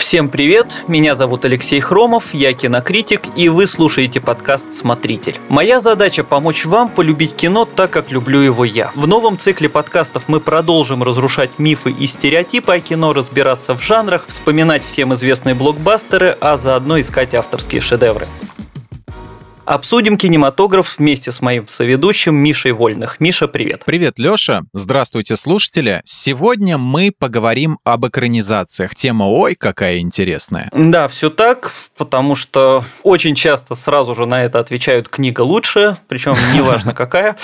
Всем привет, меня зовут Алексей Хромов, я кинокритик, и вы слушаете подкаст «Смотритель». Моя задача – помочь вам полюбить кино так, как люблю его я. В новом цикле подкастов мы продолжим разрушать мифы и стереотипы о кино, разбираться в жанрах, вспоминать всем известные блокбастеры, а заодно искать авторские шедевры. Обсудим кинематограф вместе с моим соведущим Мишей Вольных. Миша, привет. Привет, Лёша. Здравствуйте, слушатели. Сегодня мы поговорим об экранизациях. Тема ой, какая интересная. Да, все так, потому что очень часто сразу же на это отвечают «книга лучше», причем неважно какая.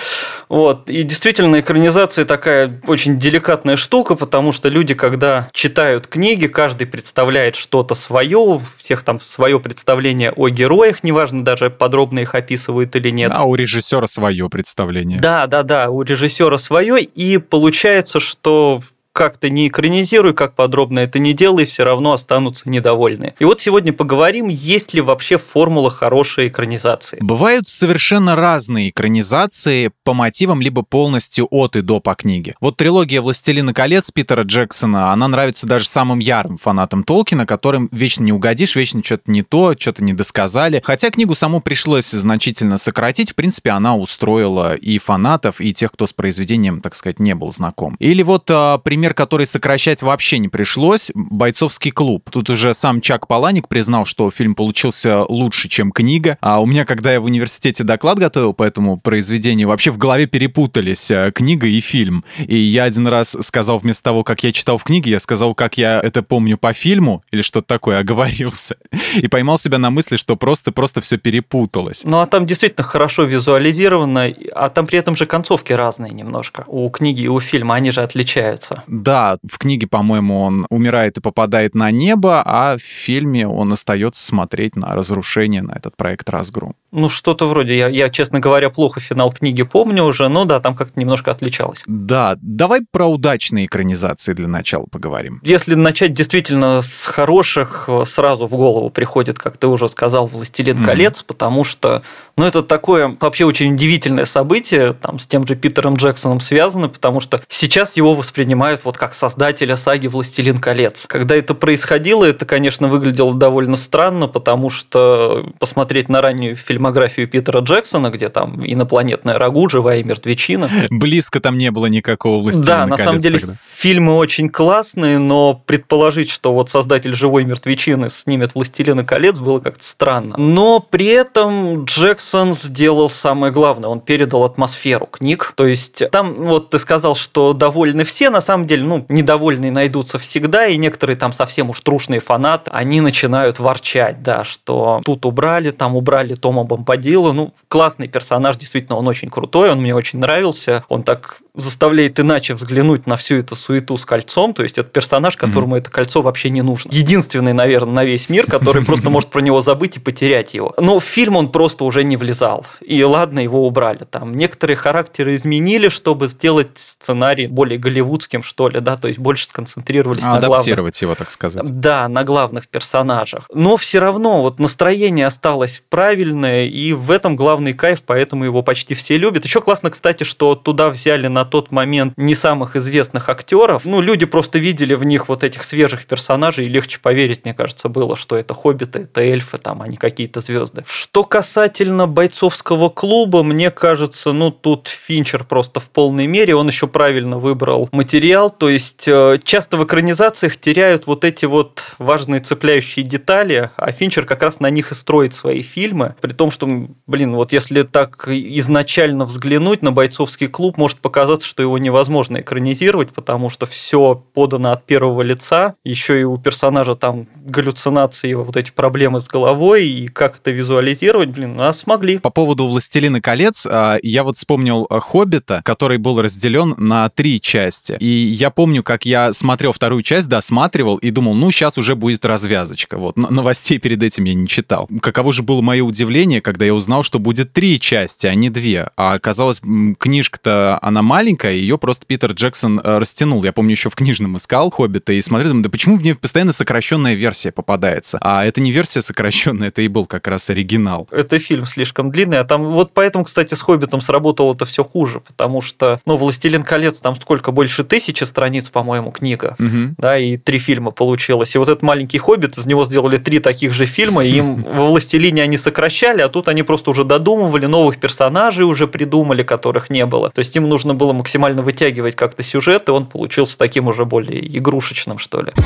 И действительно, экранизация такая очень деликатная штука, потому что люди, когда читают книги, каждый представляет что-то свое, у всех там свое представление о героях, неважно даже подробно их описывают или нет. А у режиссера свое представление. Да, у режиссера свое, и получается, что как ты не экранизируй, как подробно это не делай, все равно останутся недовольны. И вот сегодня поговорим, есть ли вообще формула хорошей экранизации. Бывают совершенно разные экранизации по мотивам, либо полностью от и до по книге. Вот трилогия «Властелина колец» Питера Джексона, она нравится даже самым ярым фанатам Толкина, которым вечно не угодишь, вечно что-то не то, что-то не досказали. Хотя книгу саму пришлось значительно сократить, в принципе, она устроила и фанатов, и тех, кто с произведением, так сказать, не был знаком. Или вот пример, который сокращать вообще не пришлось, «Бойцовский клуб». Тут уже сам Чак Паланик признал, что фильм получился лучше, чем книга. А у меня, когда я в университете доклад готовил по этому произведению, вообще в голове перепутались книга и фильм. И я один раз сказал, вместо того, как я читал в книге, я сказал, как я это помню по фильму, или что-то такое, оговорился. И поймал себя на мысли, что просто все перепуталось. Ну, а там действительно хорошо визуализировано, а там при этом же концовки разные немножко. У книги и у фильма они же отличаются. Да, в книге, по-моему, он умирает и попадает на небо, а в фильме он остается смотреть на разрушение, на этот проект «Разгром». Ну, что-то вроде. Я, честно говоря, плохо финал книги помню уже, но да, там как-то немножко отличалось. Да, давай про удачные экранизации для начала поговорим. Если начать действительно с хороших, сразу в голову приходит, как ты уже сказал, «Властелин колец», потому что, это такое вообще очень удивительное событие, там с тем же Питером Джексоном связано, потому что сейчас его воспринимают вот как создателя саги «Властелин колец». Когда это происходило, это, конечно, выглядело довольно странно, потому что посмотреть на раннюю фильмографию Питера Джексона, где там инопланетная рагу, живая мертвечина. Близко там не было никакого «Властелина колец». Да, на самом деле тогда. Фильмы очень классные, но предположить, что вот создатель живой мертвечины снимет «Властелина колец», было как-то странно. Но при этом Джексон сделал самое главное, он передал атмосферу книг. То есть там, вот ты сказал, что довольны все, на самом деле, недовольные найдутся всегда, и некоторые там совсем уж трушные фанаты, они начинают ворчать, да, что тут убрали, там убрали Тома Бомбадилла. Классный персонаж, действительно, он очень крутой, он мне очень нравился, он так заставляет иначе взглянуть на всю эту суету с кольцом, то есть это персонаж, которому это кольцо вообще не нужно. Единственный, наверное, на весь мир, который просто может про него забыть и потерять его. Но в фильм он просто уже не влезал, и ладно, его убрали. Там некоторые характеры изменили, чтобы сделать сценарий более голливудским, что ли, да, то есть больше сконцентрировались на главных. Адаптировать его, так сказать. Да, на главных персонажах. Но все равно вот настроение осталось правильное, и в этом главный кайф, поэтому его почти все любят. Еще классно, кстати, что туда взяли на тот момент не самых известных актеров. Люди просто видели в них вот этих свежих персонажей, и легче поверить, мне кажется, было, что это хоббиты, это эльфы, там, а не какие-то звезды. Что касательно «Бойцовского клуба», мне кажется, тут Финчер просто в полной мере, он еще правильно выбрал материал, то есть часто в экранизациях теряют вот эти вот важные цепляющие детали, а Финчер как раз на них и строит свои фильмы, при том, что, вот если так изначально взглянуть на «Бойцовский клуб», может показаться, что его невозможно экранизировать, потому что все подано от первого лица, еще и у персонажа там галлюцинации, вот эти проблемы с головой, и как это визуализировать, смогли. По поводу «Властелина колец», я вот вспомнил «Хоббита», который был разделен на 3 части. И я помню, как я смотрел вторую часть, досматривал и думал, сейчас уже будет развязочка. Вот, новостей перед этим я не читал. Каково же было мое удивление, когда я узнал, что будет 3 части, а не 2. А оказалось, книжка-то, она маленькая, ее просто Питер Джексон растянул. Я помню, еще в книжном искал «Хоббита» и смотрел, думаю, да почему мне постоянно сокращенная версия попадается? А это не версия сокращенная, это и был как раз оригинал. Это фильм слишком длинный, а там вот поэтому, кстати, с «Хоббитом» сработало это все хуже, потому что, «Властелин колец» там сколько, больше 1000 страниц, по-моему, книга. Да, и 3 фильма получилось. И вот этот «Маленький хоббит», из него сделали 3 таких же фильма, и им во «Властелине» они сокращали, а тут они просто уже додумывали, новых персонажей уже придумали, которых не было. То есть им нужно было максимально вытягивать как-то сюжет, и он получился таким уже более игрушечным, что ли.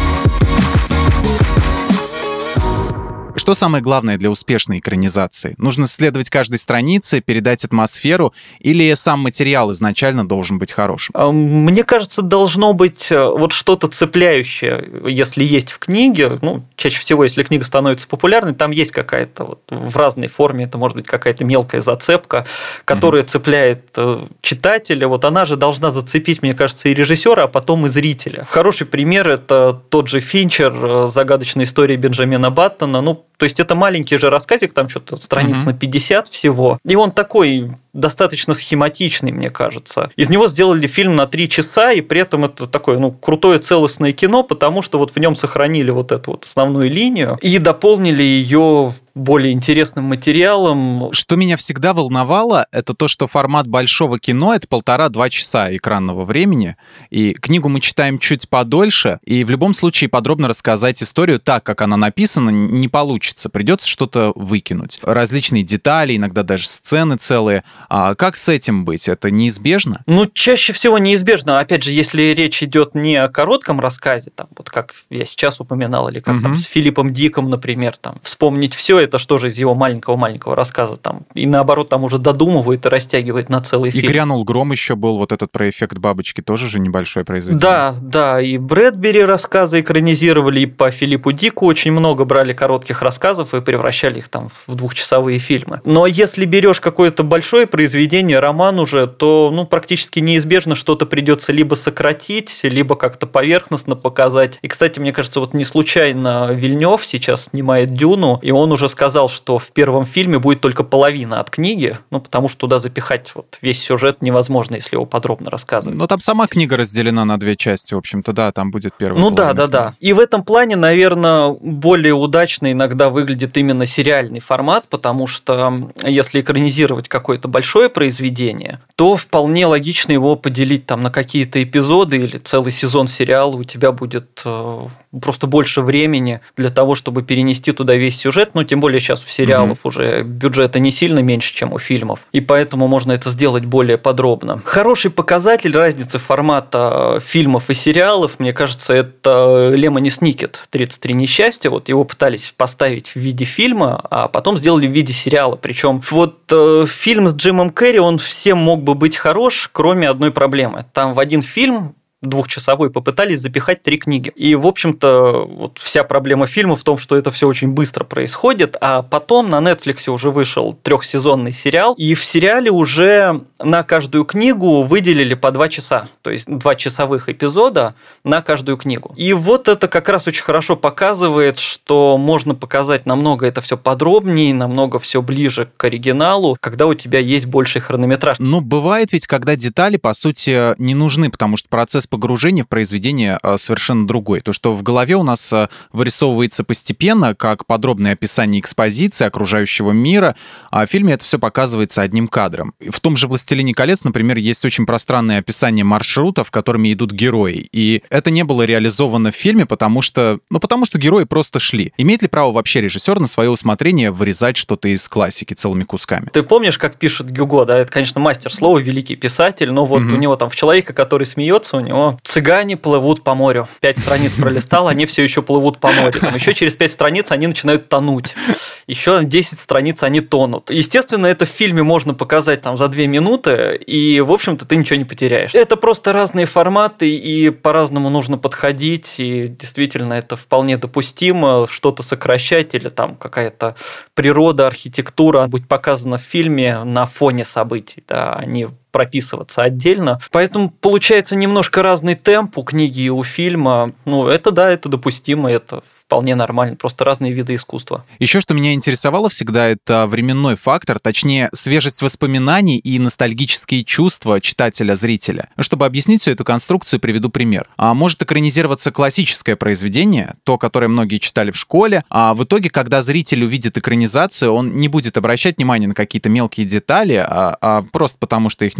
Что самое главное для успешной экранизации? Нужно следовать каждой странице, передать атмосферу, или сам материал изначально должен быть хорошим? Мне кажется, должно быть вот что-то цепляющее, если есть в книге. Ну, чаще всего, если книга становится популярной, там есть какая-то вот в разной форме, это может быть какая-то мелкая зацепка, которая цепляет читателя. Вот она же должна зацепить, мне кажется, и режиссера, а потом и зрителя. Хороший пример – это тот же Финчер, «Загадочная история Бенджамина Баттона». Ну, то есть это маленький же рассказик, там что-то страниц на 50 всего. И он такой достаточно схематичный, мне кажется. Из него сделали фильм на 3 часа, и при этом это такое, крутое целостное кино, потому что вот в нем сохранили вот эту вот основную линию и дополнили ее более интересным материалом. Что меня всегда волновало, это то, что формат большого кино — это 1,5-2 часа экранного времени, и книгу мы читаем чуть подольше, и в любом случае подробно рассказать историю так, как она написана, не получится. Придется что-то выкинуть. Различные детали, иногда даже сцены целые. А как с этим быть? Это неизбежно? Чаще всего неизбежно. Опять же, если речь идет не о коротком рассказе, там, вот как я сейчас упоминал, или как там с Филиппом Диком, например, там, вспомнить все это, что же из его маленького рассказа, там, и наоборот, там уже додумывает и растягивает на целый фильм. И «Грянул гром» еще был, вот этот про эффект бабочки, тоже же небольшое произведение. Да, и Брэдбери рассказы экранизировали, и по Филиппу Дику очень много брали коротких рассказов и превращали их там в 2-часовые фильмы. Но если берешь какое-то большое произведение, роман уже, то практически неизбежно что-то придется либо сократить, либо как-то поверхностно показать. И, кстати, мне кажется, вот не случайно Вильнёв сейчас снимает «Дюну», и он уже сказал, что в первом фильме будет только половина от книги, потому что туда запихать вот весь сюжет невозможно, если его подробно рассказывать. Но там сама книга разделена на 2 части, в общем-то, да, там будет первая половина. Да. И в этом плане, наверное, более удачно иногда выглядит именно сериальный формат, потому что если экранизировать какое-то большое произведение, то вполне логично его поделить там на какие-то эпизоды или целый сезон сериала, у тебя будет просто больше времени для того, чтобы перенести туда весь сюжет, тем более сейчас у сериалов уже бюджета не сильно меньше, чем у фильмов, и поэтому можно это сделать более подробно. Хороший показатель разницы формата фильмов и сериалов, мне кажется, это «Лемони Сникет. 33 несчастья». Вот его пытались поставить в виде фильма, а потом сделали в виде сериала. Причем вот фильм с Джимом Керри, он всем мог бы быть хорош, кроме одной проблемы. Там в один фильм 2-часовой попытались запихать 3 книги. И, в общем-то, вот вся проблема фильма в том, что это все очень быстро происходит, а потом на Netflix уже вышел 3-сезонный сериал, и в сериале уже на каждую книгу выделили по 2 часа, то есть 2 часовых эпизода на каждую книгу. И вот это как раз очень хорошо показывает, что можно показать намного это все подробнее, намного все ближе к оригиналу, когда у тебя есть больший хронометраж. Но бывает ведь, когда детали, по сути, не нужны, потому что процесс погружения в произведение совершенно другой. То, что в голове у нас вырисовывается постепенно, как подробное описание экспозиции окружающего мира, а в фильме это все показывается одним кадром. В том же «Властелине колец», например, есть очень пространное описание маршрутов, которыми идут герои. И это не было реализовано в фильме, потому что герои просто шли. Имеет ли право вообще режиссер на свое усмотрение вырезать что-то из классики целыми кусками? Ты помнишь, как пишет Гюго, да? Это, конечно, мастер слова, великий писатель, но вот у него там в «Человеке, который смеется», у него цыгане плывут по морю. 5 страниц пролистал, они все еще плывут по морю. Там еще через 5 страниц они начинают тонуть. Еще 10 страниц они тонут. Естественно, это в фильме можно показать там за 2 минуты, и, в общем-то, ты ничего не потеряешь. Это просто разные форматы, и по-разному нужно подходить, и действительно это вполне допустимо, что-то сокращать, или там какая-то природа, архитектура будет показана в фильме на фоне событий, да, они прописываться отдельно. Поэтому получается немножко разный темп у книги и у фильма. Это допустимо, это вполне нормально, просто разные виды искусства. Еще что меня интересовало всегда, это временной фактор, точнее, свежесть воспоминаний и ностальгические чувства читателя-зрителя. Чтобы объяснить всю эту конструкцию, приведу пример. Может экранизироваться классическое произведение, то, которое многие читали в школе, а в итоге, когда зритель увидит экранизацию, он не будет обращать внимание на какие-то мелкие детали, а просто потому, что их не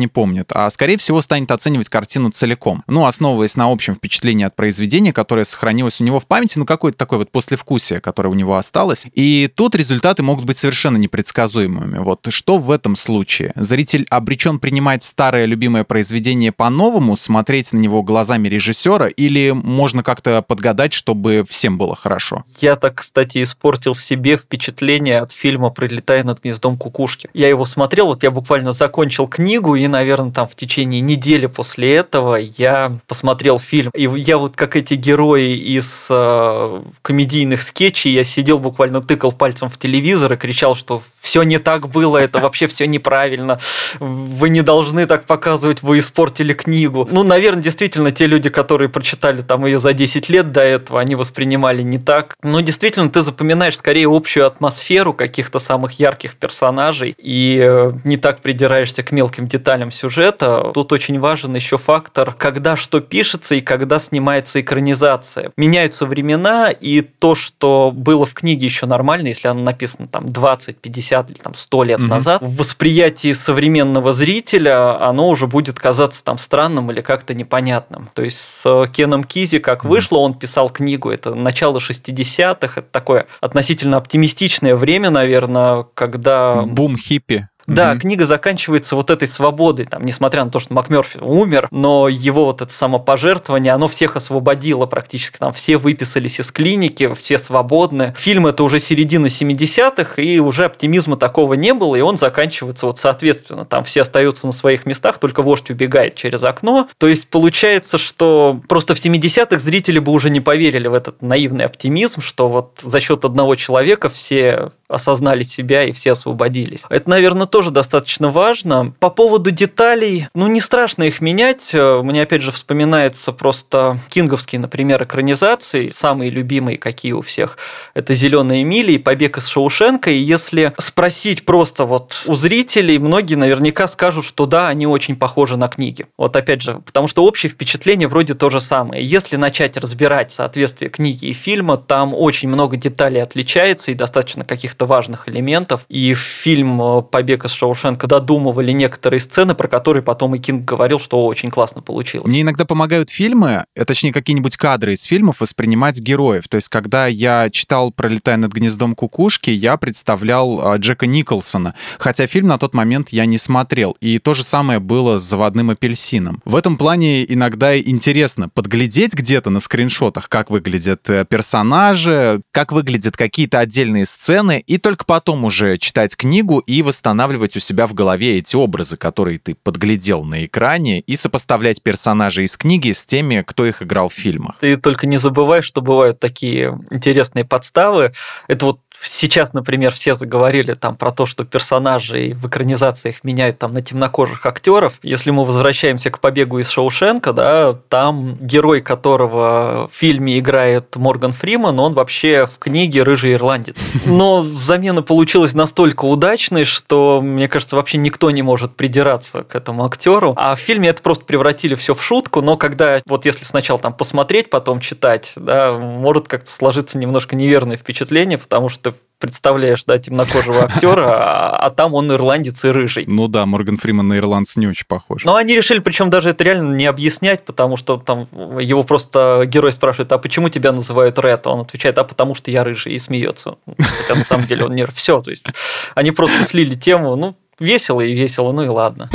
не помнит, а, скорее всего, станет оценивать картину целиком. Ну, основываясь на общем впечатлении от произведения, которое сохранилось у него в памяти, ну, какое-то такое вот послевкусие, которое у него осталось. И тут результаты могут быть совершенно непредсказуемыми. Вот что в этом случае? Зритель обречен принимать старое любимое произведение по-новому, смотреть на него глазами режиссера, или можно как-то подгадать, чтобы всем было хорошо? Я так, кстати, испортил себе впечатление от фильма «Пролетая над гнездом кукушки». Я его смотрел, вот я буквально закончил книгу, и, наверное, там в течение недели после этого я посмотрел фильм. И я вот как эти герои из комедийных скетчей, я сидел буквально, тыкал пальцем в телевизор и кричал, что все не так было, это вообще все неправильно, вы не должны так показывать, вы испортили книгу. Ну, наверное, действительно, те люди, которые прочитали там ее за 10 лет до этого, они воспринимали не так. Но действительно, ты запоминаешь скорее общую атмосферу каких-то самых ярких персонажей и не так придираешься к мелким деталям сюжета. Тут очень важен еще фактор, когда что пишется и когда снимается экранизация. Меняются времена, и то, что было в книге еще нормально, если она написана там 20, 50 или там 100 лет назад, в восприятии современного зрителя оно уже будет казаться там странным или как-то непонятным. То есть с Кеном Кизи как вышло, он писал книгу, это начало 60-х, это такое относительно оптимистичное время, наверное, когда... Бум хиппи. Да, книга заканчивается вот этой свободой, там, несмотря на то, что МакМёрфи умер, но его вот это самопожертвование, оно всех освободило практически, там все выписались из клиники, все свободны. Фильм это уже середина 70-х, и уже оптимизма такого не было, и он заканчивается вот соответственно, там все остаются на своих местах, только вождь убегает через окно, то есть получается, что просто в 70-х зрители бы уже не поверили в этот наивный оптимизм, что вот за счет одного человека все осознали себя и все освободились. Это, наверное, тоже достаточно важно. По поводу деталей, ну, не страшно их менять. Мне, опять же, вспоминается просто кинговские, например, экранизации, самые любимые, какие у всех. Это «Зеленая миля» и «Побег из Шоушенка». И если спросить просто вот у зрителей, многие наверняка скажут, что да, они очень похожи на книги. Вот опять же, потому что общее впечатление вроде то же самое. Если начать разбирать соответствие книги и фильма, там очень много деталей отличается и достаточно каких-то важных элементов. И фильм «Побег из Шоушенка» додумывали некоторые сцены, про которые потом и Кинг говорил, что очень классно получилось. Мне иногда помогают фильмы, точнее, какие-нибудь кадры из фильмов воспринимать героев. То есть, когда я читал «Пролетая над гнездом кукушки», я представлял Джека Николсона, хотя фильм на тот момент я не смотрел. И то же самое было с «Заводным апельсином». В этом плане иногда интересно подглядеть где-то на скриншотах, как выглядят персонажи, как выглядят какие-то отдельные сцены, и только потом уже читать книгу и восстанавливать у себя в голове эти образы, которые ты подглядел на экране, и сопоставлять персонажей из книги с теми, кто их играл в фильмах. Ты только не забывай, что бывают такие интересные подставы. Это вот сейчас, например, все заговорили там про то, что персонажей в экранизациях меняют там на темнокожих актеров. Если мы возвращаемся к «Побегу из Шоушенка», да, там герой, которого в фильме играет Морган Фриман, он вообще в книге рыжий ирландец. Но замена получилась настолько удачной, что, мне кажется, вообще никто не может придираться к этому актеру. А в фильме это просто превратили все в шутку, но когда, вот если сначала там посмотреть, потом читать, да, может как-то сложиться немножко неверное впечатление, потому что ты представляешь, да, темнокожего актера, а там он ирландец и рыжий. Ну да, Морган Фриман на ирландца не очень похож. Но они решили, причем даже это реально не объяснять, потому что там его просто герой спрашивает, а почему тебя называют Ред? Он отвечает, а потому что я рыжий, и смеется. Хотя на самом деле он не... Все, то есть они просто слили тему, ну, весело и весело, ну и ладно.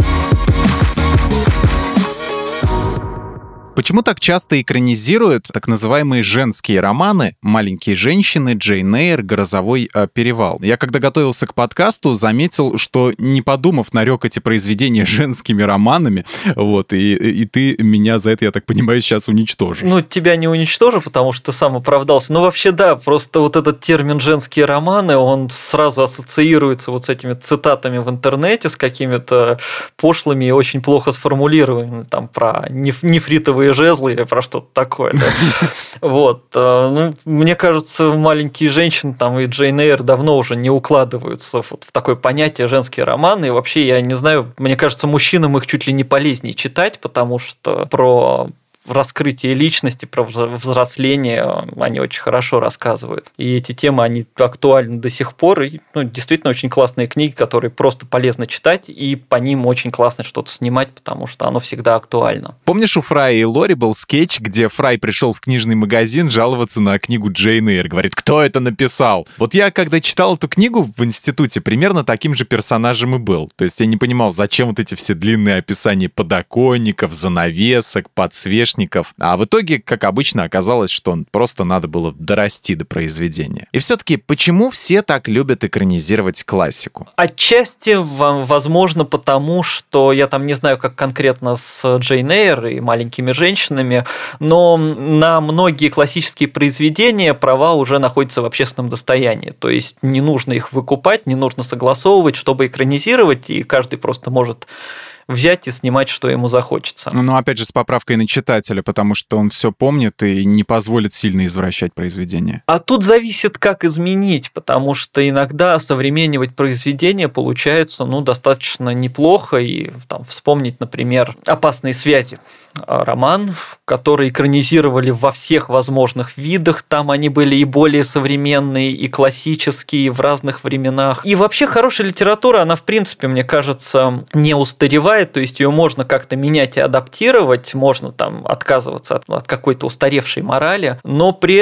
Почему так часто экранизируют так называемые женские романы «Маленькие женщины», «Джейн Эйр», «Грозовой перевал»? Я, когда готовился к подкасту, заметил, что, не подумав, нарек эти произведения женскими романами, вот, и ты меня за это, я так понимаю, сейчас уничтожишь. Ну, тебя не уничтожу, потому что ты сам оправдался. Ну, вообще, да, просто вот этот термин «женские романы», он сразу ассоциируется вот с этими цитатами в интернете, с какими-то пошлыми и очень плохо сформулированными, там, про нефритовые жезлы или про что-то такое. Да? Вот. Ну, мне кажется, «Маленькие женщины» там, и «Джейн Эйр» давно уже не укладываются вот в такое понятие «женские романы». И вообще, я не знаю, мне кажется, мужчинам их чуть ли не полезнее читать, потому что про раскрытие личности, про взросление они очень хорошо рассказывают. И эти темы, они актуальны до сих пор. И, действительно очень классные книги, которые просто полезно читать, и по ним очень классно что-то снимать, потому что оно всегда актуально. Помнишь, у Фрая и Лори был скетч, где Фрай пришел в книжный магазин жаловаться на книгу Джейн Эйр. Говорит, кто это написал? Вот я, когда читал эту книгу в институте, примерно таким же персонажем и был. То есть я не понимал, зачем вот эти все длинные описания подоконников, занавесок, подсвечников. А в итоге, как обычно, оказалось, что просто надо было дорасти до произведения. И все-таки, почему все так любят экранизировать классику? Отчасти, возможно, потому что я там не знаю, как конкретно с Джейн Эйр и маленькими женщинами, но на многие классические произведения права уже находятся в общественном достоянии. То есть не нужно их выкупать, не нужно согласовывать, чтобы экранизировать, и каждый просто может взять и снимать, что ему захочется. Ну, опять же, с поправкой на читателя, потому что он все помнит и не позволит сильно извращать произведение. А тут зависит, как изменить, потому что иногда осовременивать произведение получается, достаточно неплохо. И вспомнить, например, «Опасные связи». Роман, который экранизировали во всех возможных видах. Там они были и более современные, и классические, и в разных временах. И вообще хорошая литература, она, в принципе, мне кажется, не устаревает, то есть ее можно как-то менять и адаптировать, можно отказываться от какой-то устаревшей морали, но при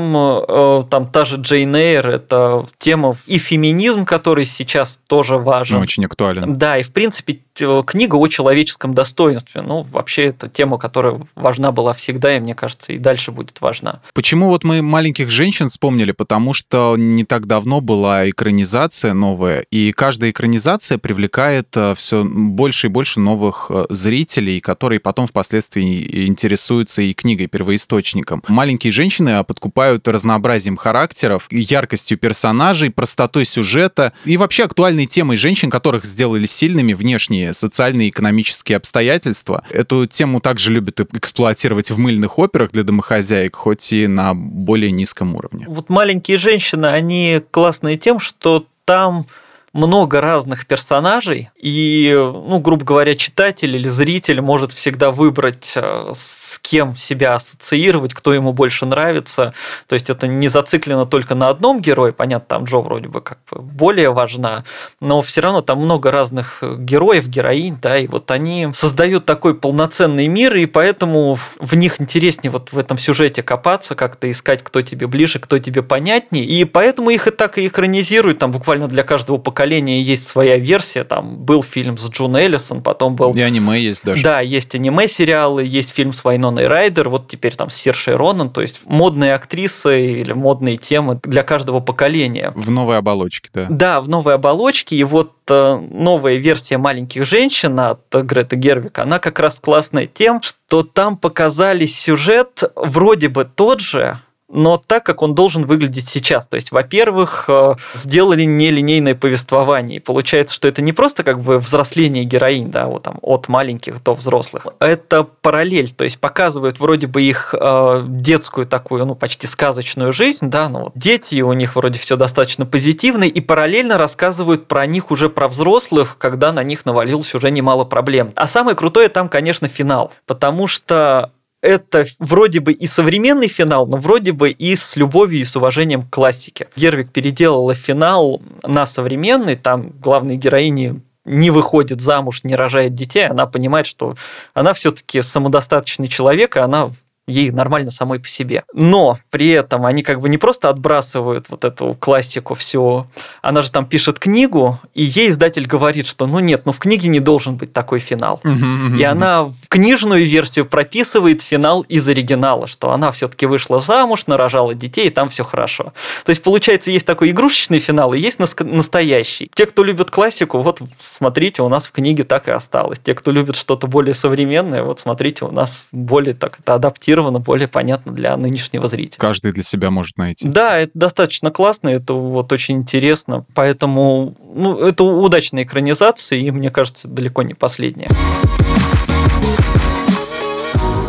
этом та же Джейн Эйр – это тема и феминизм, который сейчас тоже важен. Очень актуален. Да, и, в принципе, книга о человеческом достоинстве. Вообще, это тема, которая важна была всегда, и, мне кажется, и дальше будет важна. Почему вот мы «Маленьких женщин» вспомнили? Потому что не так давно была экранизация новая, и каждая экранизация привлекает все больше и больше новых зрителей, которые потом впоследствии интересуются и книгой, первоисточником. «Маленькие женщины» подкупают разнообразием характеров, яркостью персонажей, простотой сюжета и вообще актуальной темой женщин, которых сделали сильными внешние социальные и экономические обстоятельства. Эту тему также любят эксплуатировать в мыльных операх для домохозяек, хоть и на более низком уровне. Вот «Маленькие женщины», они классные тем, что там много разных персонажей, и, грубо говоря, читатель или зритель может всегда выбрать, с кем себя ассоциировать, кто ему больше нравится. То есть это не зациклено только на одном герое, понятно, там Джо вроде бы более важна, но все равно там много разных героев, героинь, да, и вот они создают такой полноценный мир, и поэтому в них интереснее вот в этом сюжете копаться, как-то искать, кто тебе ближе, кто тебе понятнее, и поэтому их и так и экранизируют, там буквально для каждого поколения есть своя версия, там был фильм с Джун Эллисон, потом был... И аниме есть даже. Да, есть аниме-сериалы, есть фильм с Вайноной Райдер, вот теперь там с Сершей Ронан, то есть модные актрисы или модные темы для каждого поколения. В новой оболочке, да. Да, в новой оболочке, и вот новая версия «Маленьких женщин» от Греты Гервиг, она как раз классная тем, что там показали сюжет вроде бы тот же, но так, как он должен выглядеть сейчас. То есть, во-первых, сделали нелинейное повествование. И получается, что это не просто взросление героинь, да, вот там от маленьких до взрослых. Это параллель, то есть показывают вроде бы их детскую такую, почти сказочную жизнь, да, дети, у них вроде все достаточно позитивно, и параллельно рассказывают про них уже про взрослых, когда на них навалилось уже немало проблем. А самое крутое там, конечно, финал, потому что это вроде бы и современный финал, но вроде бы и с любовью, и с уважением к классике. Гервиг переделала финал на современный, там главной героини не выходит замуж, не рожает детей, она понимает, что она все-таки самодостаточный человек, и она ей нормально самой по себе. Но при этом они не просто отбрасывают вот эту классику всю. Она же там пишет книгу, и ей издатель говорит, что нет, в книге не должен быть такой финал. И она в книжную версию прописывает финал из оригинала, что она все-таки вышла замуж, нарожала детей, и там все хорошо. То есть, получается, есть такой игрушечный финал, и есть настоящий. Те, кто любит классику, вот смотрите, у нас в книге так и осталось. Те, кто любит что-то более современное, вот смотрите, у нас более так это адаптировано, более понятно для нынешнего зрителя. Каждый для себя может найти. Да, это достаточно классно, это вот очень интересно. Поэтому это удачная экранизация, и, мне кажется, далеко не последняя.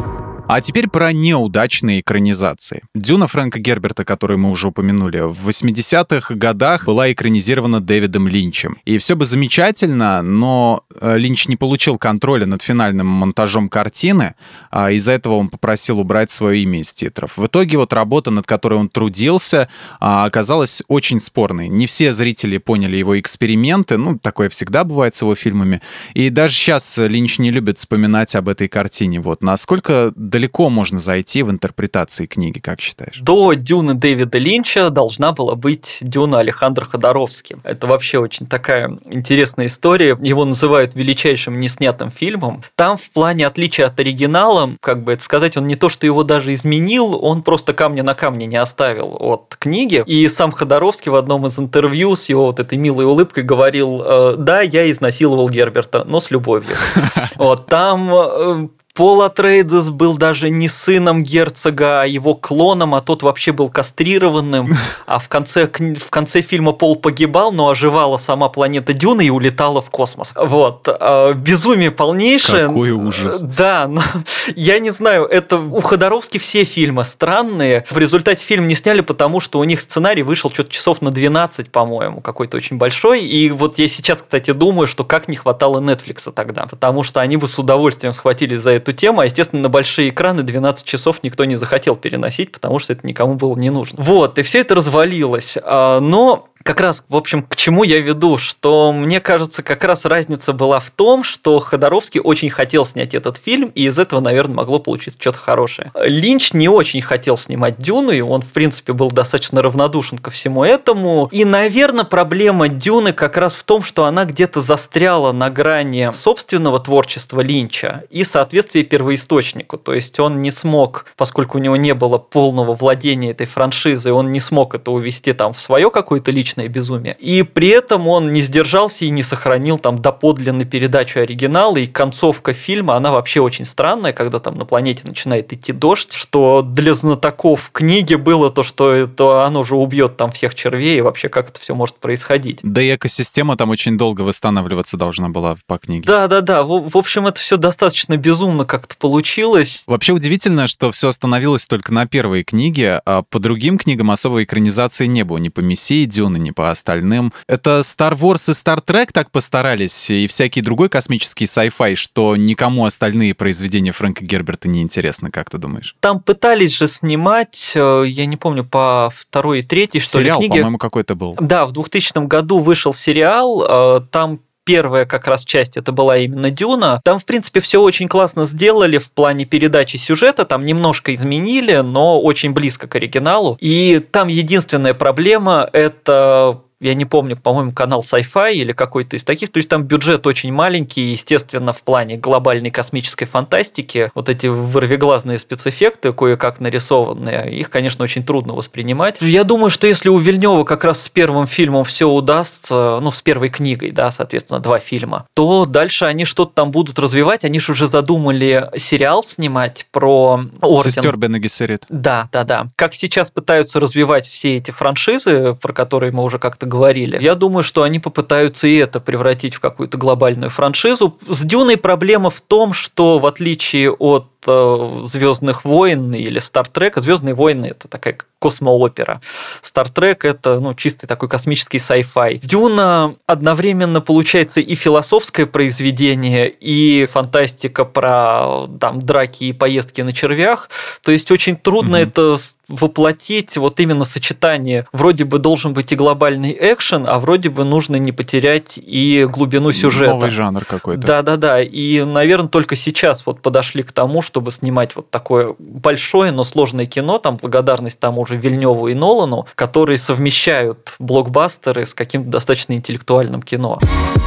А теперь про неудачные экранизации. «Дюна» Фрэнка Герберта, которую мы уже упомянули, в 80-х годах была экранизирована Дэвидом Линчем. И все бы замечательно, но Линч не получил контроля над финальным монтажом картины, из-за этого он попросил убрать свое имя из титров. В итоге вот работа, над которой он трудился, оказалась очень спорной. Не все зрители поняли его эксперименты, такое всегда бывает с его фильмами. И даже сейчас Линч не любит вспоминать об этой картине. Вот насколько далеко можно зайти в интерпретации книги, как считаешь? До «Дюны» Дэвида Линча должна была быть «Дюна» Алехандро Ходоровски. Это вообще очень такая интересная история. Его называют величайшим неснятым фильмом. Там в плане отличия от оригинала, как бы это сказать, он не то, что его даже изменил, он просто камня на камне не оставил от книги. И сам Ходоровский в одном из интервью с его вот этой милой улыбкой говорил: да, я изнасиловал Герберта, но с любовью. Вот там Пол Атрейдес был даже не сыном герцога, а его клоном, а тот вообще был кастрированным. А в конце фильма Пол погибал, но оживала сама планета Дюна и улетала в космос. Вот. Безумие полнейшее. Какой ужас. Да, но я не знаю, это у Ходоровски все фильмы странные. В результате фильм не сняли, потому что у них сценарий вышел что-то часов на 12, по-моему, какой-то очень большой. И вот я сейчас, кстати, думаю, что как не хватало Netflix тогда, потому что они бы с удовольствием схватились за эту тему, а, естественно, на большие экраны 12 часов никто не захотел переносить, потому что это никому было не нужно. Вот, и все это развалилось. Но как раз, в общем, к чему я веду, что мне кажется, как раз разница была в том, что Ходоровский очень хотел снять этот фильм, и из этого, наверное, могло получиться что-то хорошее. Линч не очень хотел снимать «Дюну», и он, в принципе, был достаточно равнодушен ко всему этому. И, наверное, проблема «Дюны» как раз в том, что она где-то застряла на грани собственного творчества Линча и соответствия первоисточнику. То есть он не смог, поскольку у него не было полного владения этой франшизой, он не смог это увести там в свое какое-то личное безумие. И при этом он не сдержался и не сохранил там доподлинно передачу оригинала, и концовка фильма, она вообще очень странная, когда там на планете начинает идти дождь, что для знатоков книги было то, что это оно же убьет там всех червей, и вообще как это все может происходить. Да и экосистема там очень долго восстанавливаться должна была по книге. Да. В общем, это все достаточно безумно как-то получилось. Вообще удивительно, что все остановилось только на первой книге, а по другим книгам особой экранизации не было. Ни по «Мессии Дюны», ни по остальным. Это Star Wars и Star Trek так постарались, и всякий другой космический sci-fi, что никому остальные произведения Фрэнка Герберта не интересны, как ты думаешь? Там пытались же снимать, я не помню, по второй и третьей, что сериал, ли, книги. По-моему, какой-то был. Да, в 2000 году вышел сериал, там первая как раз часть, это была именно «Дюна». Там, в принципе, все очень классно сделали в плане передачи сюжета, там немножко изменили, но очень близко к оригиналу. И там единственная проблема – это... Я не помню, по-моему, канал Sci-Fi или какой-то из таких. То есть там бюджет очень маленький, естественно, в плане глобальной космической фантастики. Вот эти вырвиглазные спецэффекты, кое-как нарисованные, их, конечно, очень трудно воспринимать. Я думаю, что если у Вильнёва как раз с первым фильмом все удастся, с первой книгой, да, соответственно, 2 фильма, то дальше они что-то там будут развивать. Они же уже задумали сериал снимать про Орден. Сестер Бене Гессерит. Да. Как сейчас пытаются развивать все эти франшизы, про которые мы уже как-то говорили. Я думаю, что они попытаются и это превратить в какую-то глобальную франшизу. С «Дюной» проблема в том, что в отличие от «Звездных войн» или «Стар Трека», «Звездные войны» — это такая космоопера. «Стар Трек» — это чистый такой космический sci-fi. «Дюна» одновременно получается и философское произведение, и фантастика про там драки и поездки на червях. То есть очень трудно это воплотить, вот именно сочетание. Вроде бы должен быть и глобальный экшен, а вроде бы нужно не потерять и глубину сюжета. Новый жанр какой-то. Да. И, наверное, только сейчас вот подошли к тому, чтобы снимать вот такое большое, но сложное кино, там благодарность тому же Вильнёву и Нолану, которые совмещают блокбастеры с каким-то достаточно интеллектуальным кино.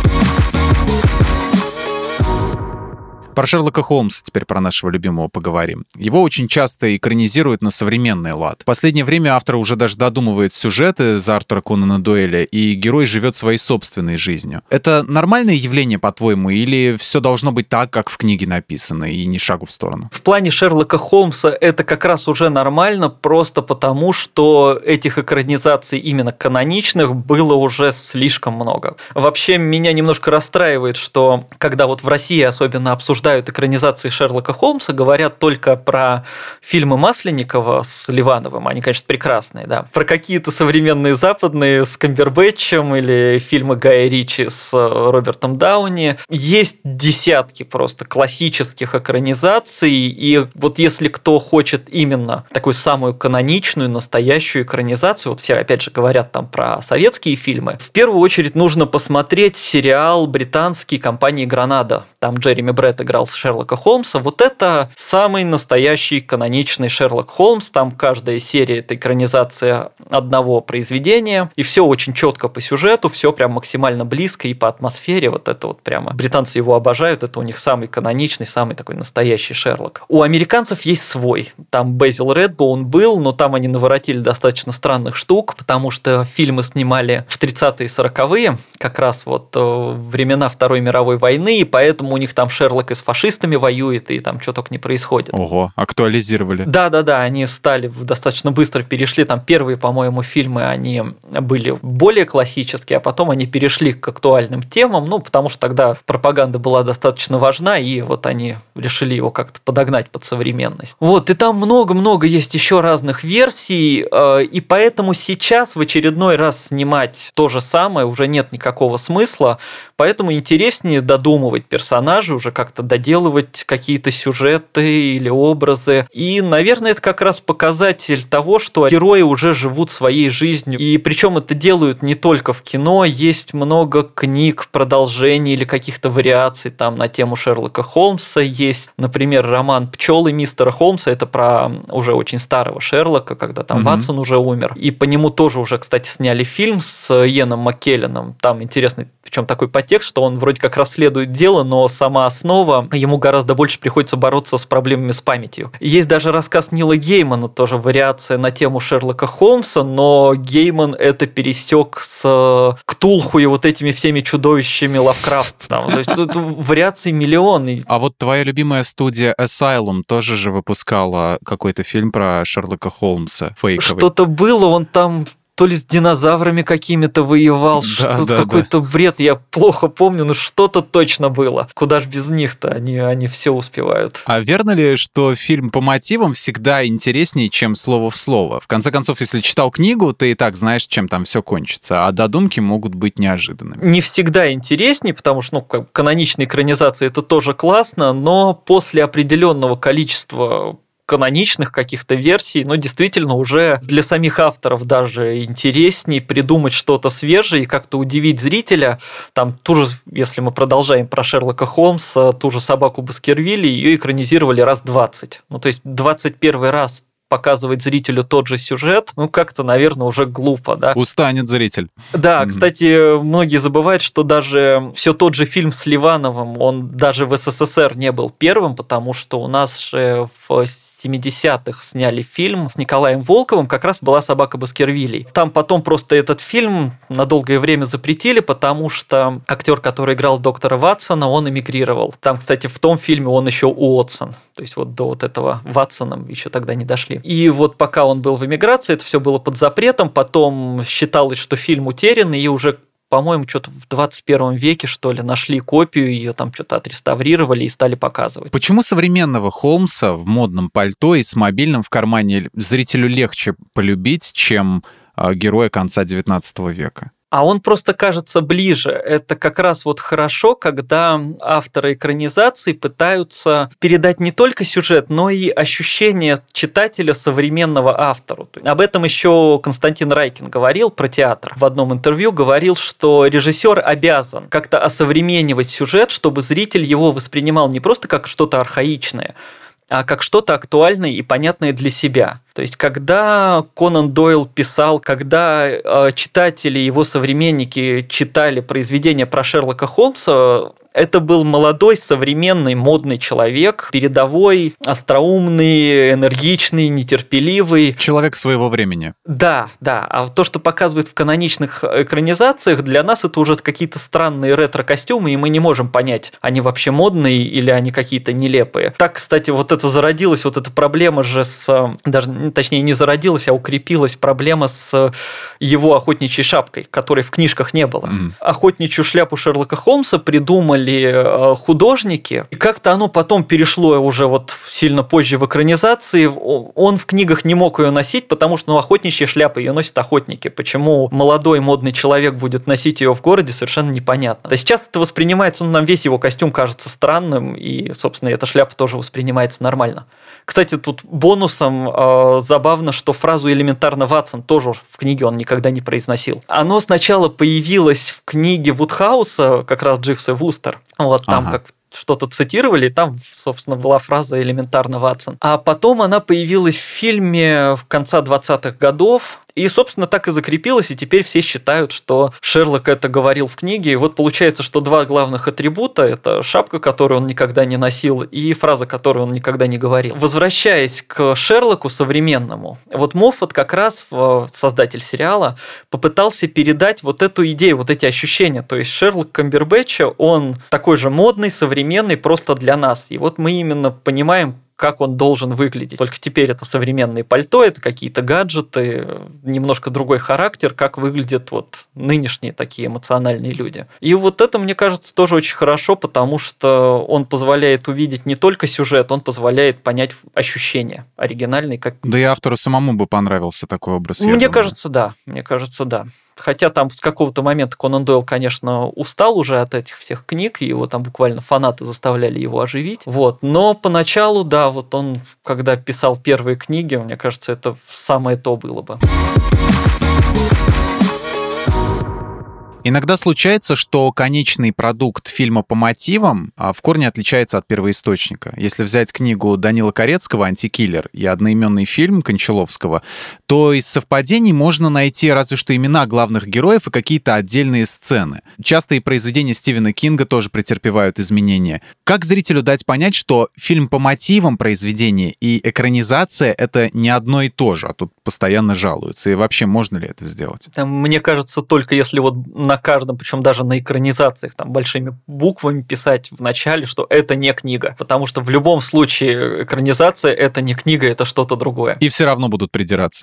Про Шерлока Холмса теперь, про нашего любимого, поговорим. Его очень часто экранизируют на современный лад. В последнее время автор уже даже додумывает сюжеты за Артура Конана Дойля, и герой живет своей собственной жизнью. Это нормальное явление, по-твоему, или все должно быть так, как в книге написано, и ни шагу в сторону? В плане Шерлока Холмса это как раз уже нормально, просто потому, что этих экранизаций именно каноничных было уже слишком много. Вообще, меня немножко расстраивает, что когда вот в России особенно обсуждают обсуждают экранизации Шерлока Холмса, говорят только про фильмы Масленникова с Ливановым. Они, конечно, прекрасные, да. Про какие-то современные западные с Камбербэтчем или фильмы Гая Ричи с Робертом Дауни. Есть десятки просто классических экранизаций, и вот если кто хочет именно такую самую каноничную, настоящую экранизацию, вот все, опять же, говорят там про советские фильмы, в первую очередь нужно посмотреть сериал британский компании «Гранада». Там Джереми Бретт играл Шерлока Холмса. Вот это самый настоящий каноничный Шерлок Холмс. Там каждая серия – это экранизация одного произведения, и все очень четко по сюжету, все прям максимально близко и по атмосфере. Вот это вот прямо. Британцы его обожают, это у них самый каноничный, самый такой настоящий Шерлок. У американцев есть свой. Там Безил Редбоун был, но там они наворотили достаточно странных штук, потому что фильмы снимали в 30-е и 40-е, как раз вот времена Второй мировой войны, и поэтому у них там Шерлок и с фашистами воюет, и там что только не происходит. Ого, актуализировали. Да, они стали достаточно быстро перешли, там первые, по-моему, фильмы, они были более классические, а потом они перешли к актуальным темам, ну, потому что тогда пропаганда была достаточно важна, и вот они решили его как-то подогнать под современность. Вот, и там много-много есть еще разных версий, и поэтому сейчас в очередной раз снимать то же самое уже нет никакого смысла, поэтому интереснее додумывать персонажей, уже как-то доделывать какие-то сюжеты или образы. И, наверное, это как раз показатель того, что герои уже живут своей жизнью. И причем это делают не только в кино, есть много книг, продолжений или каких-то вариаций там на тему Шерлока Холмса. Есть, например, роман «Пчелы мистера Холмса», это про уже очень старого Шерлока, когда там Ватсон уже умер. И по нему тоже уже, кстати, сняли фильм с Иэном Маккелленом. Там интересный, причем такой подтекст, что он вроде как расследует дело, но сама основа, ему гораздо больше приходится бороться с проблемами с памятью. Есть даже рассказ Нила Геймана, тоже вариация на тему Шерлока Холмса, но Гейман это пересек с Ктулху и вот этими всеми чудовищами Лавкрафта. То есть тут вариаций миллион. А вот твоя любимая студия Asylum тоже же выпускала какой-то фильм про Шерлока Холмса, фейковый. Что-то было, он там то ли с динозаврами какими-то воевал, что-то какой-то бред, я плохо помню, но что-то точно было. Куда ж без них-то, они все успевают. А верно ли, что фильм по мотивам всегда интереснее, чем слово в слово? В конце концов, если читал книгу, ты и так знаешь, чем там все кончится, а додумки могут быть неожиданными. Не всегда интереснее, потому что каноничная экранизация это тоже классно, но после определенного количества каноничных каких-то версий, но действительно уже для самих авторов даже интересней придумать что-то свежее и как-то удивить зрителя. Там ту же, если мы продолжаем про Шерлока Холмса, ту же «Собаку Баскервилли», ее экранизировали раз 20. То есть 21 раз показывать зрителю тот же сюжет, как-то, наверное, уже глупо, да. Устанет зритель. Да, кстати, многие забывают, что даже все тот же фильм с Ливановым, он даже в СССР не был первым, потому что у нас же в 70-х сняли фильм с Николаем Волковым, как раз была «Собака Баскервилей». Там потом просто этот фильм на долгое время запретили, потому что актер, который играл доктора Ватсона, он эмигрировал. Там, кстати, в том фильме он еще Уотсон. То есть вот до вот этого Ватсона еще тогда не дошли. И вот пока он был в эмиграции, это все было под запретом, потом считалось, что фильм утерян, и уже, по-моему, что-то в 21 веке, что ли, нашли копию, ее там что-то отреставрировали и стали показывать. Почему современного Холмса в модном пальто и с мобильным в кармане зрителю легче полюбить, чем героя конца 19 века? А он просто кажется ближе. Это как раз вот хорошо, когда авторы экранизаций пытаются передать не только сюжет, но и ощущение читателя современного автору. Об этом еще Константин Райкин говорил про театр. В одном интервью говорил, что режиссер обязан как-то осовременивать сюжет, чтобы зритель его воспринимал не просто как что-то архаичное, а как что-то актуальное и понятное для себя. То есть, когда Конан Дойл писал, когда читатели, его современники читали произведения про Шерлока Холмса, это был молодой, современный, модный человек, передовой, остроумный, энергичный, нетерпеливый. Человек своего времени. Да. А то, что показывают в каноничных экранизациях, для нас это уже какие-то странные ретро-костюмы, и мы не можем понять, они вообще модные или они какие-то нелепые. Так, кстати, вот это зародилась, вот эта проблема же с... Даже точнее, не зародилась, а укрепилась проблема с его охотничьей шапкой, которой в книжках не было. Охотничью шляпу Шерлока Холмса придумали художники, и как-то оно потом перешло уже вот сильно позже в экранизации. Он в книгах не мог ее носить, потому что охотничья шляпа, ее носят охотники. Почему молодой модный человек будет носить ее в городе, совершенно непонятно. А сейчас это воспринимается, нам весь его костюм кажется странным, и, собственно, эта шляпа тоже воспринимается нормально. Кстати, тут бонусом забавно, что фразу «элементарно Ватсон» тоже в книге он никогда не произносил. Оно сначала появилось в книге Вудхауса, как раз Дживс и Вустер. Вот там как что-то цитировали, и там, собственно, была фраза «элементарно Ватсон». А потом она появилась в фильме в конце 20-х годов, и, собственно, так и закрепилось, и теперь все считают, что Шерлок это говорил в книге. И вот получается, что два главных атрибута – это шапка, которую он никогда не носил, и фраза, которую он никогда не говорил. Возвращаясь к Шерлоку современному, вот Моффат как раз, создатель сериала, попытался передать вот эту идею, вот эти ощущения. То есть Шерлок Камбербэтча, он такой же модный, современный, просто для нас. И вот мы именно понимаем, как он должен выглядеть. Только теперь это современные пальто, это какие-то гаджеты, немножко другой характер, как выглядят вот нынешние такие эмоциональные люди. И вот это, мне кажется, тоже очень хорошо, потому что он позволяет увидеть не только сюжет, он позволяет понять ощущения оригинальные. Как... Да и автору самому бы понравился такой образ. Мне кажется, да. Хотя там с какого-то момента Конан Дойл, конечно, устал уже от этих всех книг, и его там буквально фанаты заставляли его оживить. Вот. Но поначалу, да, вот он, когда писал первые книги, мне кажется, это самое то было бы. Иногда случается, что конечный продукт фильма по мотивам в корне отличается от первоисточника. Если взять книгу Данила Корецкого «Антикиллер» и одноименный фильм Кончаловского, то из совпадений можно найти разве что имена главных героев и какие-то отдельные сцены. Часто и произведения Стивена Кинга тоже претерпевают изменения. Как зрителю дать понять, что фильм по мотивам произведения и экранизация — это не одно и то же, а тут постоянно жалуются? И вообще, можно ли это сделать? Мне кажется, только если вот на каждом, причем даже на экранизациях, там большими буквами писать в начале, что это не книга. Потому что в любом случае экранизация — это не книга, это что-то другое. И все равно будут придираться.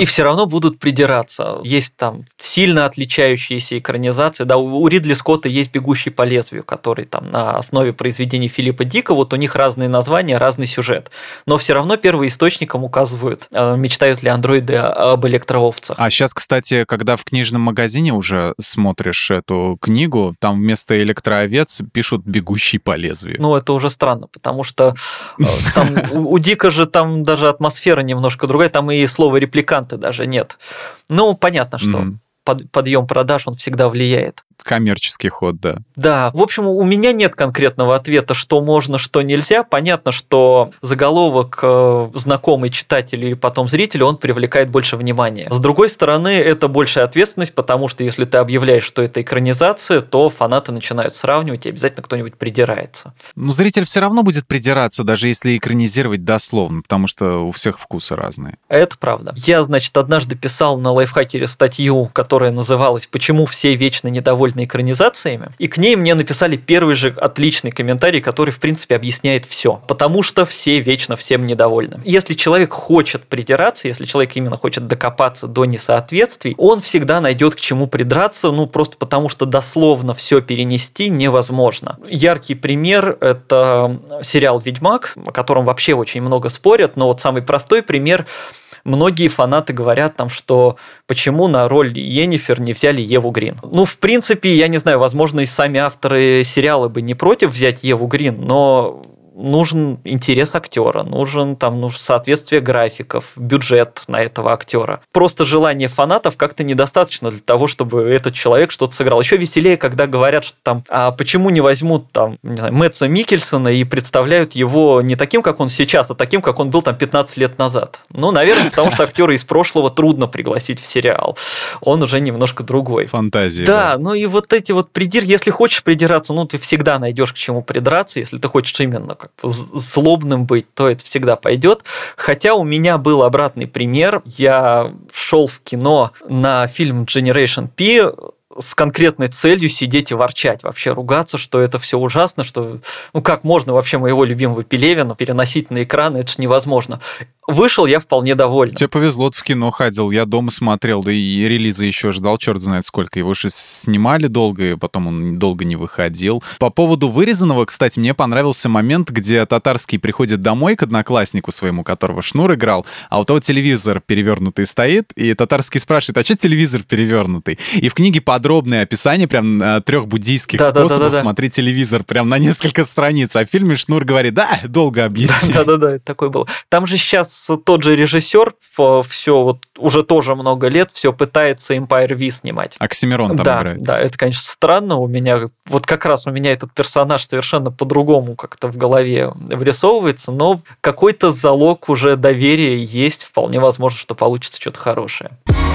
Есть там сильно отличающиеся экранизации. Да, у Ридли Скотта есть «Бегущий по лезвию», который там на основе произведений Филиппа Дика, вот у них разные названия, разный сюжет. Но все равно первоисточником указывают, мечтают ли андроиды об электроовцах. А сейчас, кстати, когда в книжном магазине уже смотришь эту книгу, там вместо электроовец пишут «Бегущий по лезвию». Ну, это уже странно, потому что там у Дика же там даже атмосфера немножко другая, там и слова «репликанты» даже нет. Ну, понятно, что подъем продаж, он всегда влияет. Коммерческий ход, да. Да, в общем, у меня нет конкретного ответа, что можно, что нельзя. Понятно, что заголовок знакомый читателю или потом зрителю, он привлекает больше внимания. С другой стороны, это большая ответственность, потому что если ты объявляешь, что это экранизация, то фанаты начинают сравнивать, и обязательно кто-нибудь придирается. Но зритель все равно будет придираться, даже если экранизировать дословно, потому что у всех вкусы разные. Это правда. Я, значит, однажды писал на Лайфхакере статью, которая называлась «Почему все вечно недовольны экранизациями», и к ней мне написали первый же отличный комментарий, который, в принципе, объясняет все. Потому что все вечно всем недовольны. Если человек хочет придираться, если человек именно хочет докопаться до несоответствий, он всегда найдет к чему придраться, просто потому что дословно все перенести невозможно. Яркий пример – это сериал «Ведьмак», о котором вообще очень много спорят, но вот самый простой пример – многие фанаты говорят там, что почему на роль Йеннифер не взяли Еву Грин. В принципе, я не знаю, возможно, и сами авторы сериала бы не против взять Еву Грин, но нужен интерес актера, нужно соответствие графиков, бюджет на этого актера. Просто желание фанатов как-то недостаточно для того, чтобы этот человек что-то сыграл. Еще веселее, когда говорят, что а почему не возьмут Мэтса Миккельсона и представляют его не таким, как он сейчас, а таким, как он был 15 лет назад. Наверное, потому что актера из прошлого трудно пригласить в сериал. Он уже немножко другой. Фантазия. Да, и вот эти вот если хочешь придираться, ты всегда найдешь к чему придраться, если ты хочешь именно злобным быть, то это всегда пойдет. Хотя у меня был обратный пример. Я шел в кино на фильм Generation P с конкретной целью сидеть и ворчать, вообще ругаться, что это все ужасно, что как можно вообще моего любимого Пелевина переносить на экран, это же невозможно. Вышел я вполне доволен. Тебе повезло, ты в кино ходил, я дома смотрел, да и релиза еще ждал, черт знает сколько. Его же снимали долго, и потом он долго не выходил. По поводу вырезанного, кстати, мне понравился момент, где Татарский приходит домой к однокласснику своему, которого Шнур играл, а у того телевизор перевернутый стоит, и Татарский спрашивает, а что телевизор перевернутый? И в книге подробное описание прям 3 буддийских способов смотреть телевизор, прям на несколько страниц. А в фильме Шнур говорит, да, долго объяснять. Да-да-да, это такое было. Там же сейчас тот же режиссер все вот уже тоже много лет все пытается Empire V снимать. Оксимирон там играет. Да, это, конечно, странно. У меня вот как раз у меня этот персонаж совершенно по-другому как-то в голове вырисовывается, но какой-то залог уже доверия есть. Вполне возможно, что получится что-то хорошее.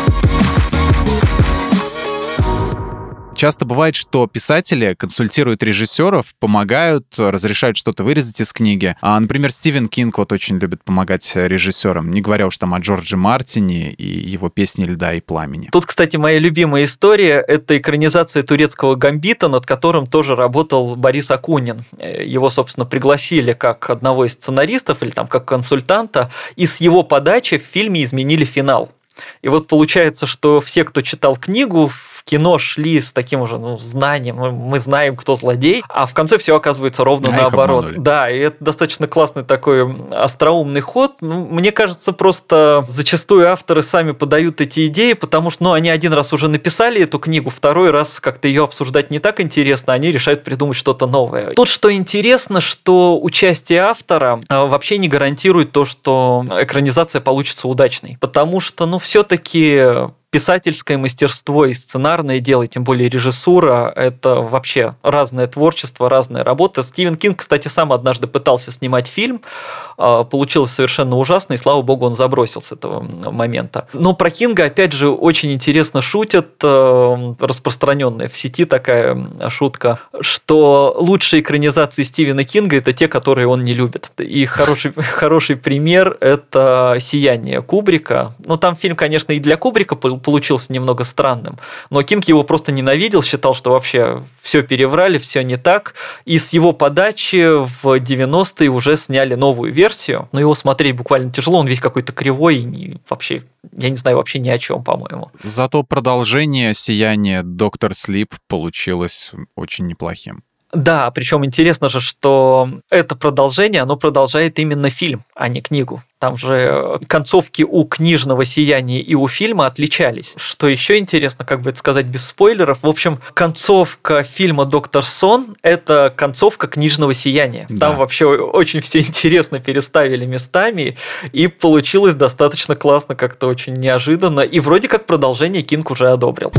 Часто бывает, что писатели консультируют режиссеров, помогают, разрешают что-то вырезать из книги. Например, Стивен Кинг вот очень любит помогать режиссерам, не говоря уж там о Джордже Мартине и его песне «Льда и пламени». Тут, кстати, моя любимая история – это экранизация турецкого «Гамбита», над которым тоже работал Борис Акунин. Его, собственно, пригласили как одного из сценаристов или там как консультанта, и с его подачи в фильме изменили финал. И вот получается, что все, кто читал книгу, в кино шли с таким уже знанием, мы знаем, кто злодей, а в конце все оказывается ровно наоборот. Да, и это достаточно классный такой остроумный ход. Мне кажется, просто зачастую авторы сами подают эти идеи, потому что они один раз уже написали эту книгу, второй раз как-то ее обсуждать не так интересно, они решают придумать что-то новое. Тут что интересно, что участие автора вообще не гарантирует то, что экранизация получится удачной, потому что, все-таки писательское мастерство и сценарное дело, тем более режиссура, это вообще разное творчество, разная работа. Стивен Кинг, кстати, сам однажды пытался снимать фильм, получилось совершенно ужасно, и, слава богу, он забросил с этого момента. Но про Кинга, опять же, очень интересно шутят, распространенная в сети такая шутка, что лучшие экранизации Стивена Кинга – это те, которые он не любит. И хороший пример – это «Сияние» Кубрика. Там фильм, конечно, и для Кубрика получился немного странным, но Кинг его просто ненавидел, считал, что вообще все переврали, все не так, и с его подачи в 90-е уже сняли новую версию, но его смотреть буквально тяжело, он весь какой-то кривой и вообще, я не знаю вообще ни о чем, по-моему. Зато продолжение «Сияния» «Доктор Слип» получилось очень неплохим. Да, причем интересно же, что это продолжение, оно продолжает именно фильм, а не книгу. Там же концовки у книжного «Сияния» и у фильма отличались. Что еще интересно, как бы это сказать без спойлеров, в общем, концовка фильма «Доктор Сон» – это концовка книжного «Сияния». Да. Там вообще очень все интересно переставили местами, и получилось достаточно классно, как-то очень неожиданно, и вроде как продолжение Кинг уже одобрил.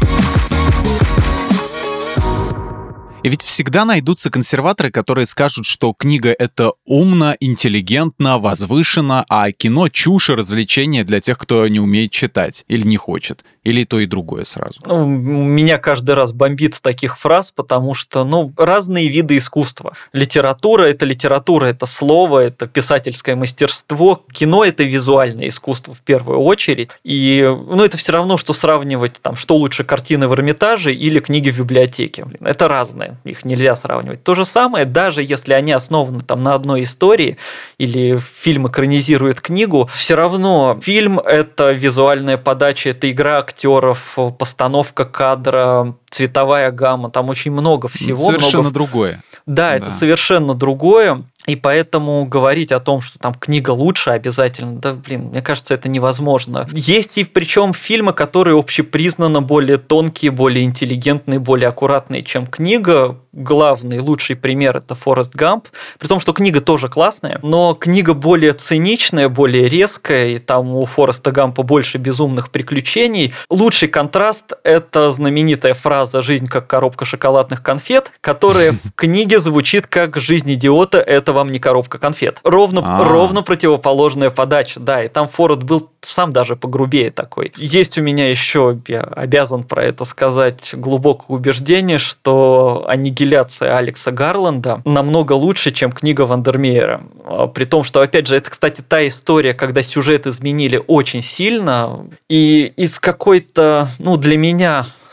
И ведь всегда найдутся консерваторы, которые скажут, что книга — это умно, интеллигентно, возвышенно, а кино — чушь и развлечение для тех, кто не умеет читать или не хочет. Или то и другое сразу? Меня каждый раз бомбит с таких фраз, потому что, разные виды искусства. Литература, это слово, это писательское мастерство. Кино – это визуальное искусство в первую очередь. И, это все равно, что сравнивать, что лучше, картины в Эрмитаже или книги в библиотеке. Это разное, их нельзя сравнивать. То же самое, даже если они основаны на одной истории, или фильм экранизирует книгу, все равно фильм – это визуальная подача, это игра актеров, постановка кадра, цветовая гамма, там очень много всего. Совершенно другое. Да, это совершенно другое. И поэтому говорить о том, что там книга лучше обязательно, мне кажется, это невозможно. Есть и причем фильмы, которые общепризнанно более тонкие, более интеллигентные, более аккуратные, чем книга. Главный, лучший пример – это «Форест Гамп». При том, что книга тоже классная, но книга более циничная, более резкая, и там у Фореста Гампа больше безумных приключений. Лучший контраст – это знаменитая фраза «Жизнь как коробка шоколадных конфет», которая в книге звучит как «Жизнь идиота – это вам не коробка конфет». Ровно противоположная подача, да, и там Форест был сам даже погрубее такой. Есть у меня еще, я обязан про это сказать, глубокое убеждение, что «Аннигиляция» Алекса Гарланда намного лучше, чем книга Вандермеера. При том, что, опять же, это, кстати, та история, когда сюжет изменили очень сильно, и из какой-то, для меня,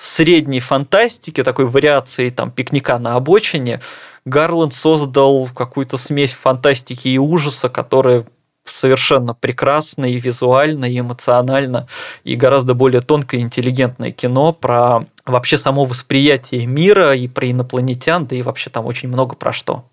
средней фантастики, такой вариации там «Пикника на обочине», Гарланд создал какую-то смесь фантастики и ужаса, которая совершенно прекрасно и визуально, и эмоционально, и гораздо более тонкое и интеллигентное кино про вообще само восприятие мира и про инопланетян, да и вообще там очень много про что.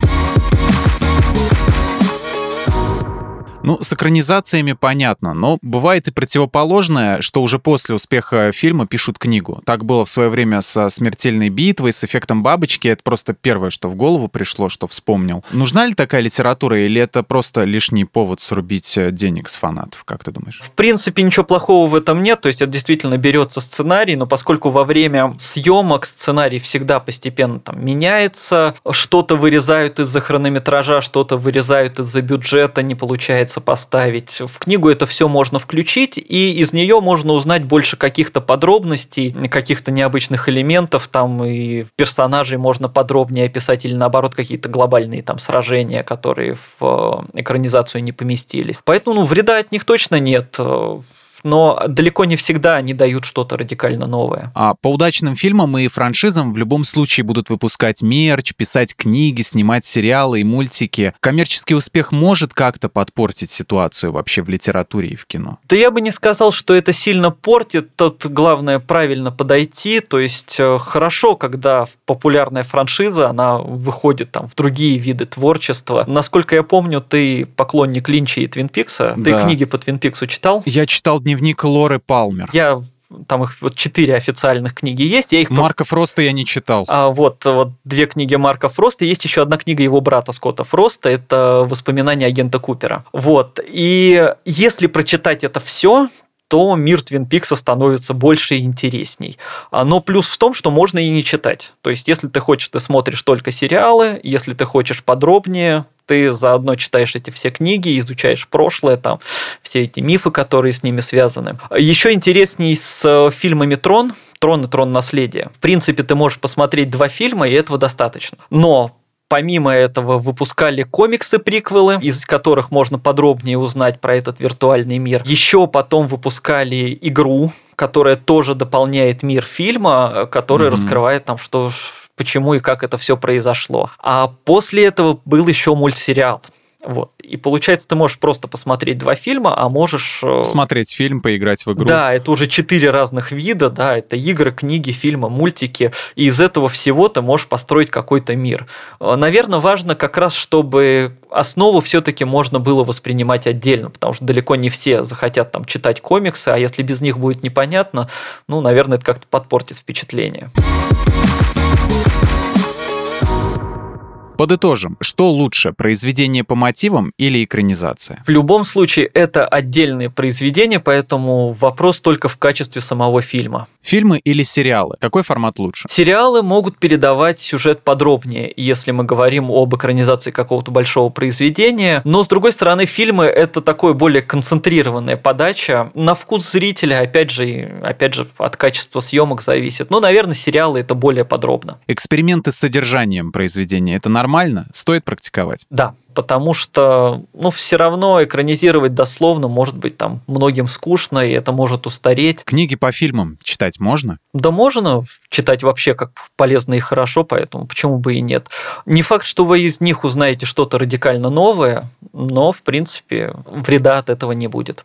Ну, с экранизациями понятно, но бывает и противоположное, что уже после успеха фильма пишут книгу. Так было в свое время со «Смертельной битвой», с «Эффектом бабочки». Это просто первое, что в голову пришло, что вспомнил. Нужна ли такая литература, или это просто лишний повод срубить денег с фанатов, как ты думаешь? В принципе, ничего плохого в этом нет, то есть это действительно берется сценарий, но поскольку во время съемок сценарий всегда постепенно там меняется, что-то вырезают из-за хронометража, что-то вырезают из-за бюджета, не получается поставить. В книгу это все можно включить, и из нее можно узнать больше каких-то подробностей, каких-то необычных элементов, там и персонажей можно подробнее описать, или наоборот какие-то глобальные там сражения, которые в экранизацию не поместились. Поэтому вреда от них точно нет. Но далеко не всегда они дают что-то радикально новое. А по удачным фильмам и франшизам в любом случае будут выпускать мерч, писать книги, снимать сериалы и мультики. Коммерческий успех может как-то подпортить ситуацию вообще в литературе и в кино? Да я бы не сказал, что это сильно портит. Тут главное правильно подойти. То есть хорошо, когда популярная франшиза, она выходит там в другие виды творчества. Насколько я помню, ты поклонник Линча и Твин Пикса. Да. Ты книги по Твин Пиксу читал? Я читал «Дневник Лоры Палмер». Там их 4 официальных книги есть. Марка Фроста я не читал. Вот 2 книги Марка Фроста. Есть еще одна книга его брата Скотта Фроста. Это «Воспоминания агента Купера». И если прочитать это все, то мир Твин Пикса становится больше и интересней. Но плюс в том, что можно и не читать. То есть, если ты хочешь, ты смотришь только сериалы. Если ты хочешь подробнее, ты заодно читаешь эти все книги, изучаешь прошлое, там, все эти мифы, которые с ними связаны. Еще интересней с фильмами «Трон» и «Трон. Наследие». В принципе, ты можешь посмотреть 2 фильма, и этого достаточно. Но помимо этого выпускали комиксы-приквелы, из которых можно подробнее узнать про этот виртуальный мир. Еще потом выпускали игру, которая тоже дополняет мир фильма, который раскрывает там, почему и как это все произошло. А после этого был еще мультсериал. И получается, ты можешь просто посмотреть 2 фильма, а можешь... Смотреть фильм, поиграть в игру. Да, это уже 4 разных вида, да, это игры, книги, фильмы, мультики, и из этого всего ты можешь построить какой-то мир. Наверное, важно как раз, чтобы основу все-таки можно было воспринимать отдельно, потому что далеко не все захотят там читать комиксы, а если без них будет непонятно, наверное, это как-то подпортит впечатление. Подытожим, что лучше, произведение по мотивам или экранизация? В любом случае, это отдельные произведения, поэтому вопрос только в качестве самого фильма. Фильмы или сериалы? Какой формат лучше? Сериалы могут передавать сюжет подробнее, если мы говорим об экранизации какого-то большого произведения, но, с другой стороны, фильмы – это такое более концентрированная подача. На вкус зрителя, опять же, от качества съемок зависит. Но, наверное, сериалы – это более подробно. Эксперименты с содержанием произведения – это нормально? Стоит практиковать? Да, потому что, все равно экранизировать дословно может быть там многим скучно, и это может устареть. Книги по фильмам читать можно? Да можно читать вообще как полезно и хорошо, поэтому почему бы и нет. Не факт, что вы из них узнаете что-то радикально новое, но, в принципе, вреда от этого не будет.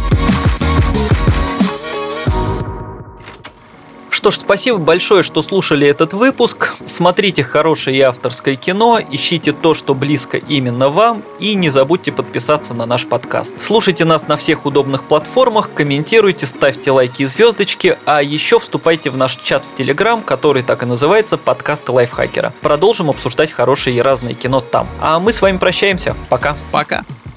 Что ж, спасибо большое, что слушали этот выпуск. Смотрите хорошее и авторское кино, ищите то, что близко именно вам, и не забудьте подписаться на наш подкаст. Слушайте нас на всех удобных платформах, комментируйте, ставьте лайки и звездочки, а еще вступайте в наш чат в Телеграм, который так и называется «Подкасты лайфхакера». Продолжим обсуждать хорошее и разное кино там. А мы с вами прощаемся. Пока. Пока.